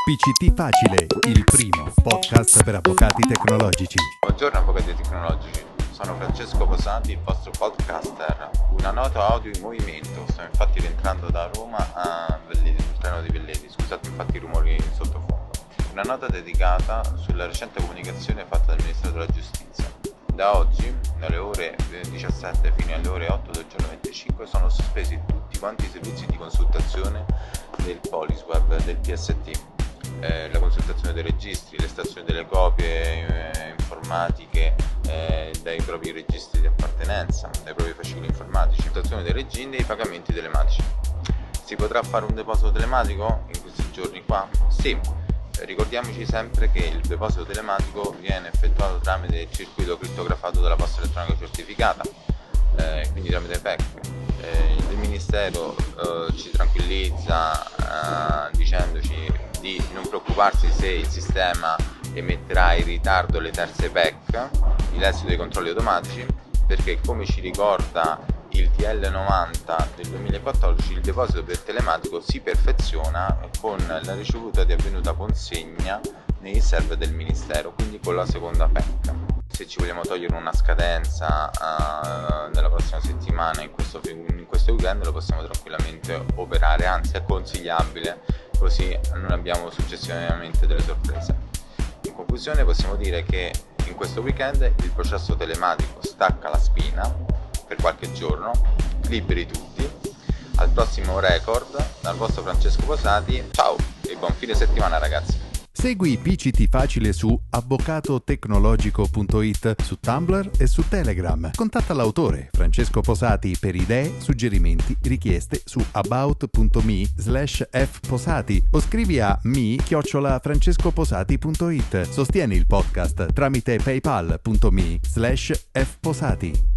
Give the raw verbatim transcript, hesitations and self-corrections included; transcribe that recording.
P C T Facile, il primo podcast per avvocati tecnologici. Buongiorno avvocati tecnologici, sono Francesco Posati, il vostro podcaster. Una nota audio in movimento, sto infatti rientrando da Roma a Velletri, sul treno di Velletri, scusate infatti i rumori in sottofondo. Una nota dedicata sulla recente comunicazione fatta dal Ministero della Giustizia. Da oggi, dalle ore diciassette fino alle ore otto del giorno venticinque, sono sospesi tutti quanti i servizi di consultazione del Polisweb, del P S T. Eh, la consultazione dei registri, l'estrazione delle copie eh, informatiche eh, dai propri registri di appartenenza, dai propri fascicoli informatici, l'estrazione dei registri e i pagamenti telematici. Si potrà fare un deposito telematico in questi giorni qua? Sì, eh, ricordiamoci sempre che il deposito telematico viene effettuato tramite il circuito crittografato della posta elettronica certificata, eh, quindi tramite P E C. Eh, il Ministero eh, ci tranquillizza eh, dicendoci di non preoccuparsi se il sistema emetterà in ritardo le terze P E C, l'esito dei controlli automatici, perché come ci ricorda il T L novanta del duemilaquattordici, il deposito per telematico si perfeziona con la ricevuta di avvenuta consegna nei server del Ministero, quindi con la seconda P E C. Se ci vogliamo togliere una scadenza uh, della prossima settimana in questo, in questo weekend, lo possiamo tranquillamente operare, anzi è consigliabile, così non abbiamo successivamente delle sorprese. In conclusione possiamo dire che in questo weekend il processo telematico stacca la spina per qualche giorno, liberi tutti. Al prossimo record dal vostro Francesco Posati, ciao e buon fine settimana ragazzi. Segui P C T Facile su avvocatotecnologico punto it, su Tumblr e su Telegram. Contatta l'autore Francesco Posati per idee, suggerimenti, richieste su about.me slash fposati o scrivi a mi chiocciola francescoposati punto it. Sostieni il podcast tramite paypal.me slash fposati.